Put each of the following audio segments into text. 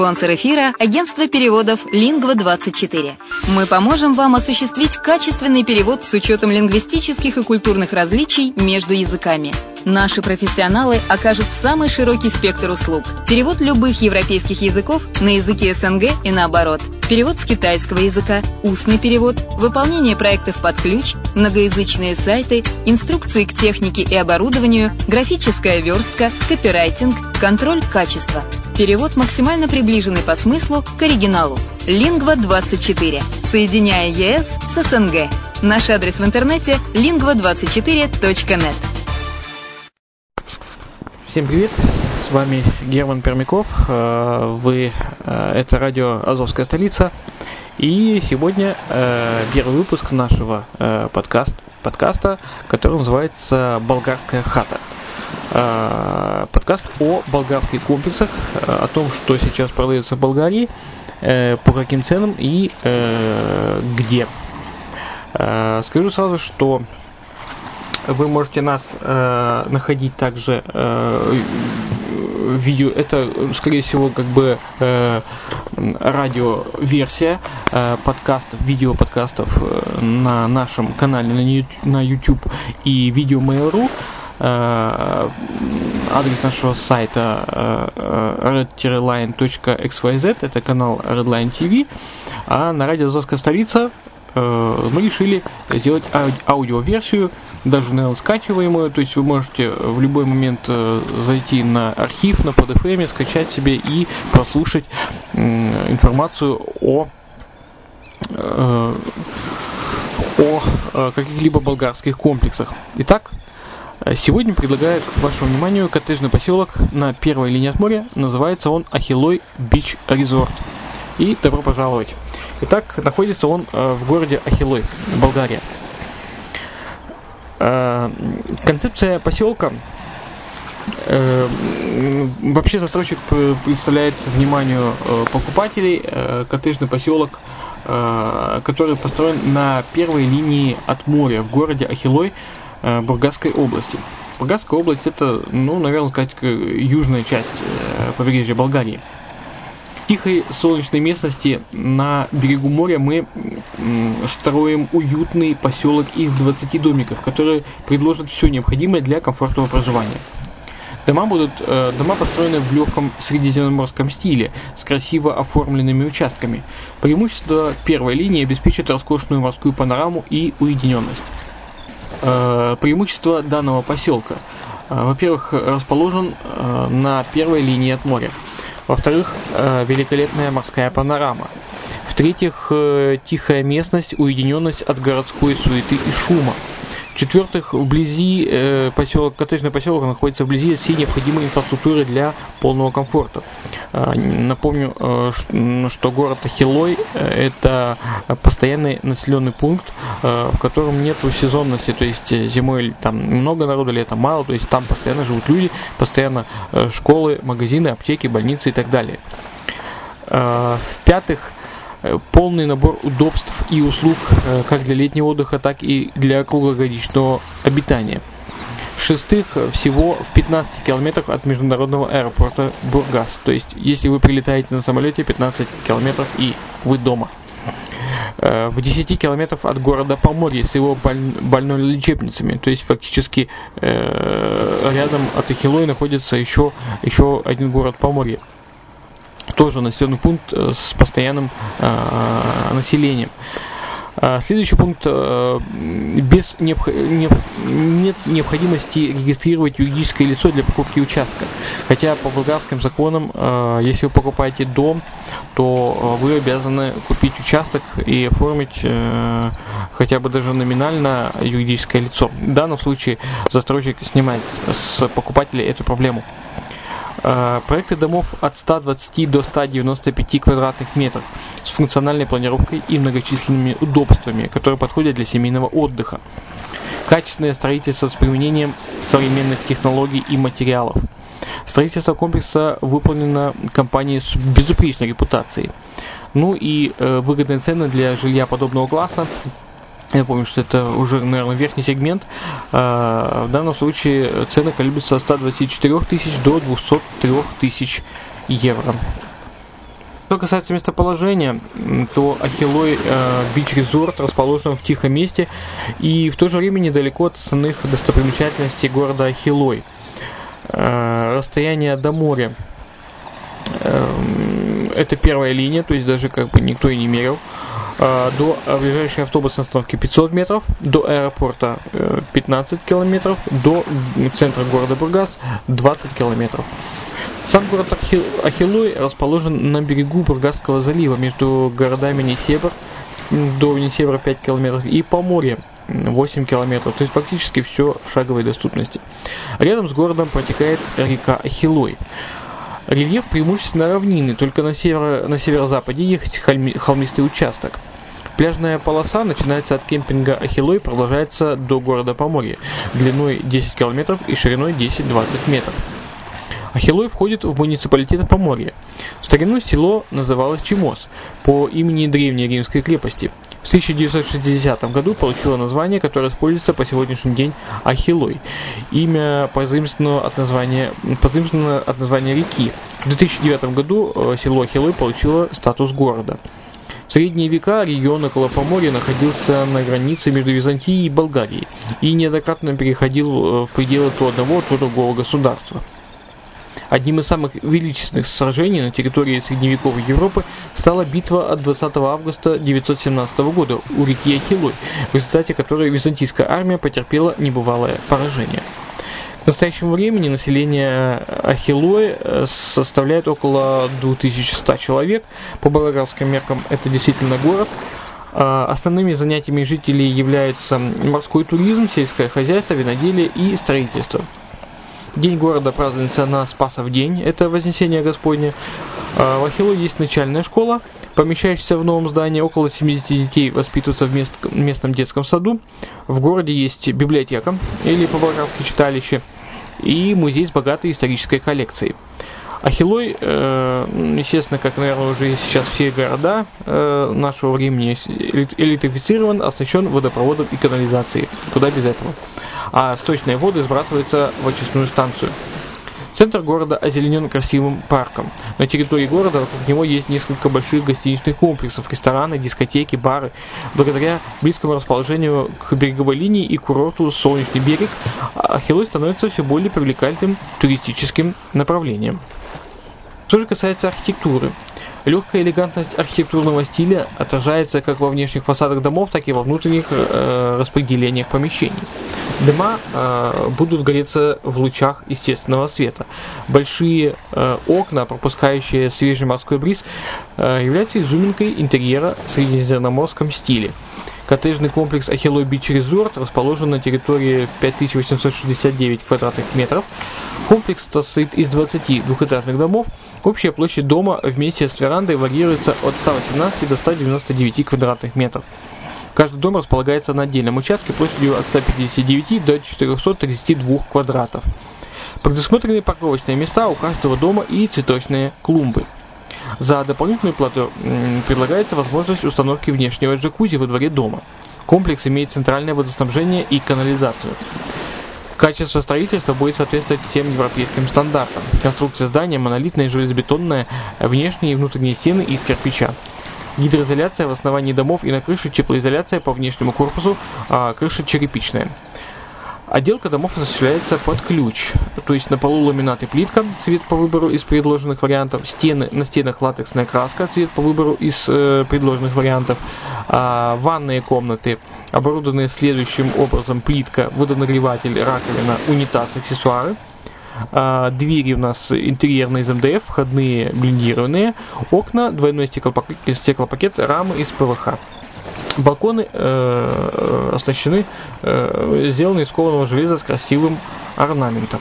Спонсор эфира – агентство переводов Lingva24. Мы поможем вам осуществить качественный перевод с учетом лингвистических и культурных различий между языками. Наши профессионалы окажут самый широкий спектр услуг. Перевод любых европейских языков на языки СНГ и наоборот. Перевод с китайского языка, устный перевод, выполнение проектов под ключ, многоязычные сайты, инструкции к технике и оборудованию, графическая верстка, копирайтинг, контроль качества. Перевод максимально приближенный по смыслу к оригиналу. Lingva24. Соединяя ЕС с СНГ. Наш адрес в интернете lingva24.net. Всем привет, с вами Герман Пермяков, это радио «Азовская столица», и сегодня первый выпуск нашего подкаста, который называется «Болгарская хата». Подкаст о болгарских комплексах, о том, что сейчас продается в Болгарии, по каким ценам и где. Скажу сразу, что вы можете нас находить также видео, это, скорее всего, как бы радиоверсия видеоподкастов на нашем канале на YouTube и видео Mail.ru. Адрес нашего сайта red-line.xyz, это канал Redline TV, а на радио «Азовская столица» мы решили сделать аудиоверсию, даже, наверное, скачиваемую, то есть вы можете в любой момент зайти на архив, на PodFM, скачать себе и прослушать информацию о каких-либо болгарских комплексах. Итак, сегодня предлагаю к вашему вниманию коттеджный поселок на первой линии от моря. Называется он Ахилой Бич Резорт. И добро пожаловать. Итак, находится он в городе Ахилой, Болгария. Концепция поселка вообще застройщик представляет вниманию покупателей коттеджный поселок, который построен на первой линии от моря в городе Ахилой Бургасской области. Бургасская область — это, наверное сказать, южная часть побережья Болгарии. В тихой солнечной местности на берегу моря мы строим уютный поселок из 20 домиков, которые предложат все необходимое для комфортного проживания. Дома построены в легком средиземноморском стиле, с красиво оформленными участками. Преимущество первой линии обеспечит роскошную морскую панораму и уединенность. Преимущество данного поселка. Во-первых, расположен на первой линии от моря. Во-вторых, великолепная морская панорама. В-третьих, тихая местность, уединенность от городской суеты и шума. В-четвертых, вблизи коттеджный поселок находится вблизи всей необходимой инфраструктуры для полного комфорта. Напомню, что город Ахилой – это постоянный населенный пункт, в котором нет сезонности, то есть зимой там много народу, летом мало, то есть там постоянно живут люди, постоянно школы, магазины, аптеки, больницы и так далее. В-пятых, полный набор удобств и услуг как для летнего отдыха, так и для круглогодичного обитания. В-шестых, всего в 15 километрах от международного аэропорта Бургас. То есть, если вы прилетаете на самолете, 15 километров и вы дома. В 10 километров от города Поморье с его больной лечебницами. То есть, фактически, рядом от Ахилой находится еще один город Поморье. Тоже населенный пункт с постоянным населением. Следующий пункт. Нет необходимости регистрировать юридическое лицо для покупки участка. Хотя по болгарским законам, если вы покупаете дом, то вы обязаны купить участок и оформить хотя бы даже номинально юридическое лицо. В данном случае застройщик снимает с покупателя эту проблему. Проекты домов от 120 до 195 квадратных метров с функциональной планировкой и многочисленными удобствами, которые подходят для семейного отдыха. Качественное строительство с применением современных технологий и материалов. Строительство комплекса выполнено компанией с безупречной репутацией. И выгодные цены для жилья подобного класса. Я помню, что это уже, наверное, верхний сегмент. В данном случае цены колеблются от 124 тысяч до 203 тысяч евро. Что касается местоположения, то Ахиллой Бич Резорт расположен в тихом месте и в то же время недалеко от основных достопримечательностей города Ахиллой. Расстояние до моря это первая линия, то есть даже никто и не мерил. До ближайшей автобусной остановки 500 метров, до аэропорта 15 километров, до центра города Бургас 20 километров. Сам город Ахиллой расположен на берегу Бургасского залива между городами Несебр, до Несебра 5 километров, и Поморье 8 километров, то есть фактически все в шаговой доступности. Рядом с городом протекает река Ахиллой. Рельеф преимущественно равнинный, только на северо-западе есть холмистый участок. Пляжная полоса начинается от кемпинга Ахиллой и продолжается до города Поморье, длиной 10 километров и шириной 10-20 метров. Ахиллой входит в муниципалитет Поморье. В старину село называлось Чимос по имени древней римской крепости. В 1960 году получило название, которое используется по сегодняшний день Ахиллой. Имя позаимствовано от названия реки. В 2009 году село Ахиллой получило статус города. В средние века регион около Поморья находился на границе между Византией и Болгарией и неоднократно переходил в пределы то одного, то другого государства. Одним из самых величественных сражений на территории средневековой Европы стала битва от 20 августа 917 года у реки Ахиллой, в результате которой византийская армия потерпела небывалое поражение. К настоящему времени население Ахиллой составляет около 2100 человек. По болгарским меркам это действительно город. Основными занятиями жителей являются морской туризм, сельское хозяйство, виноделие и строительство. День города празднуется на Спасов день, это Вознесение Господне. В Ахиллой есть начальная школа, помещающаяся в новом здании, около 70 детей воспитываются в местном детском саду. В городе есть библиотека, или по-болгарски читалище, и музей с богатой исторической коллекцией. Ахиллой, естественно, как, наверное, уже сейчас все города нашего времени, электрифицирован, оснащен водопроводом и канализацией. Куда без этого? А сточные воды сбрасываются в очистную станцию. Центр города озеленен красивым парком. На территории города вокруг него есть несколько больших гостиничных комплексов, рестораны, дискотеки, бары. Благодаря близкому расположению к береговой линии и курорту «Солнечный берег» Ахиллой становится все более привлекательным туристическим направлением. Что же касается архитектуры. Легкая элегантность архитектурного стиля отражается как во внешних фасадах домов, так и во внутренних распределениях помещений. Дома будут гореться в лучах естественного света. Большие окна, пропускающие свежий морской бриз, являются изюминкой интерьера в средиземноморском стиле. Коттеджный комплекс Ахиллой Бич Резорт расположен на территории 5869 квадратных метров. Комплекс состоит из 20 двухэтажных домов. Общая площадь дома вместе с верандой варьируется от 118 до 199 квадратных метров. Каждый дом располагается на отдельном участке площадью от 159 до 432 квадратов. Предусмотрены парковочные места у каждого дома и цветочные клумбы. За дополнительную плату предлагается возможность установки внешнего джакузи во дворе дома. Комплекс имеет центральное водоснабжение и канализацию. Качество строительства будет соответствовать всем европейским стандартам. Конструкция здания монолитная, железобетонная, внешние и внутренние стены из кирпича. Гидроизоляция в основании домов и на крыше, теплоизоляция по внешнему корпусу, а крыша черепичная. Отделка домов осуществляется под ключ, то есть на полу ламинат и плитка, цвет по выбору из предложенных вариантов, на стенах латексная краска, цвет по выбору из предложенных вариантов, ванные комнаты оборудованы следующим образом: плитка, водонагреватель, раковина, унитаз, аксессуары. Двери у нас интерьерные из МДФ, входные блиндированные, окна, двойной стеклопакет, рамы из ПВХ. Балконы оснащены, сделаны из кованого железа с красивым орнаментом.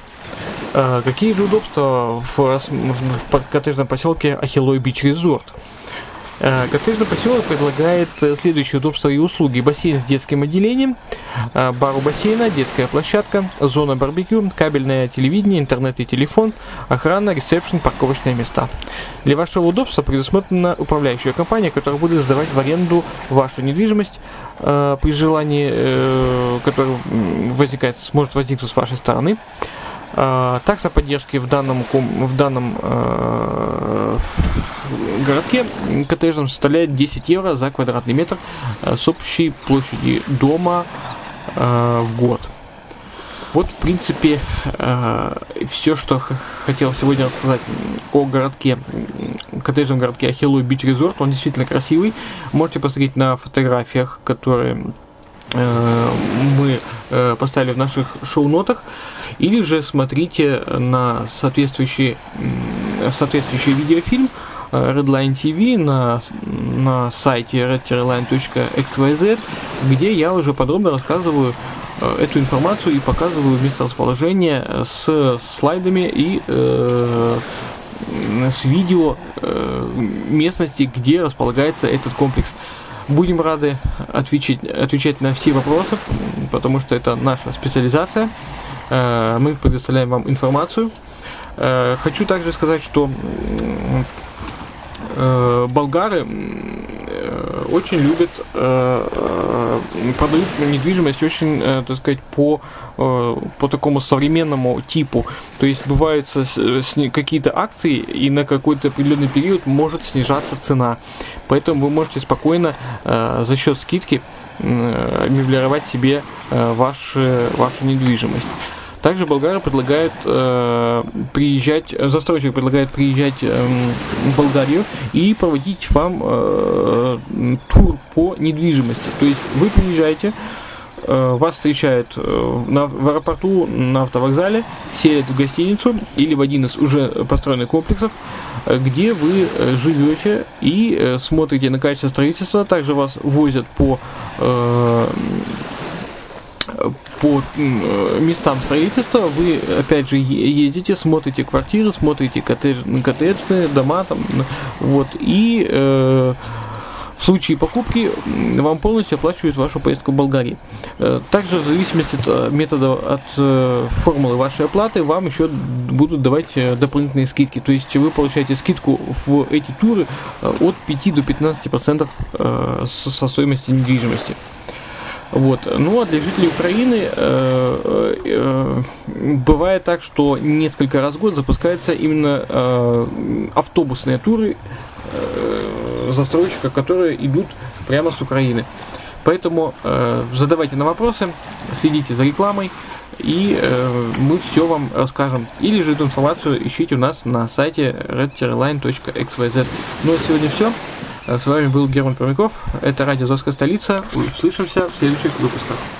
Какие же удобства в коттеджном поселке Ахиллой Бич Резорт? Коттеджный поселок предлагает следующие удобства и услуги: бассейн с детским отделением, бар у бассейна, детская площадка, зона барбекю, кабельное телевидение, интернет и телефон, охрана, ресепшн, парковочные места. Для вашего удобства предусмотрена управляющая компания, которая будет сдавать в аренду вашу недвижимость при желании, которое может возникнуть с вашей стороны. Такса поддержки в данном городке коттеджном составляет 10 евро за квадратный метр с общей площади дома в год. Вот, в принципе, все, что хотел сегодня рассказать о городке, коттеджном городке Ахиллой Бич Резорт. Он действительно красивый. Можете посмотреть на фотографиях, которые мы поставили в наших шоу-нотах, или же смотрите на соответствующий видеофильм Redline TV на сайте redline.xyz, где я уже подробно рассказываю эту информацию и показываю месторасположение с слайдами и с видео местности, где располагается этот комплекс. Будем рады отвечать на все вопросы, потому что это наша специализация. Мы предоставляем вам информацию. Хочу также сказать, что болгары очень любят, продают недвижимость очень, так сказать, по такому современному типу. То есть бывают какие-то акции, и на какой-то определенный период может снижаться цена. Поэтому вы можете спокойно за счет скидки меблировать себе вашу недвижимость. Также болгары предлагают застройщик предлагает приезжать в Болгарию и проводить вам тур по недвижимости. То есть вы приезжаете, вас встречают в аэропорту, на автовокзале, селят в гостиницу или в один из уже построенных комплексов, где вы живете и смотрите на качество строительства. Также вас возят по местам строительства, вы опять же ездите, смотрите квартиры, смотрите коттеджные дома, и в случае покупки вам полностью оплачивают вашу поездку в Болгарию. Также в зависимости от метода, от формулы вашей оплаты, вам еще будут давать дополнительные скидки. То есть вы получаете скидку в эти туры от 5 до 15% со стоимости недвижимости. Вот. Ну а для жителей Украины бывает так, что несколько раз в год запускаются именно автобусные туры застройщика, которые идут прямо с Украины. Поэтому задавайте нам вопросы, следите за рекламой, и мы все вам расскажем. Или же эту информацию ищите у нас на сайте redline.xyz. Ну а сегодня все. С вами был Герман Пермяков. Это радио «Азовская столица». Услышимся в следующих выпусках.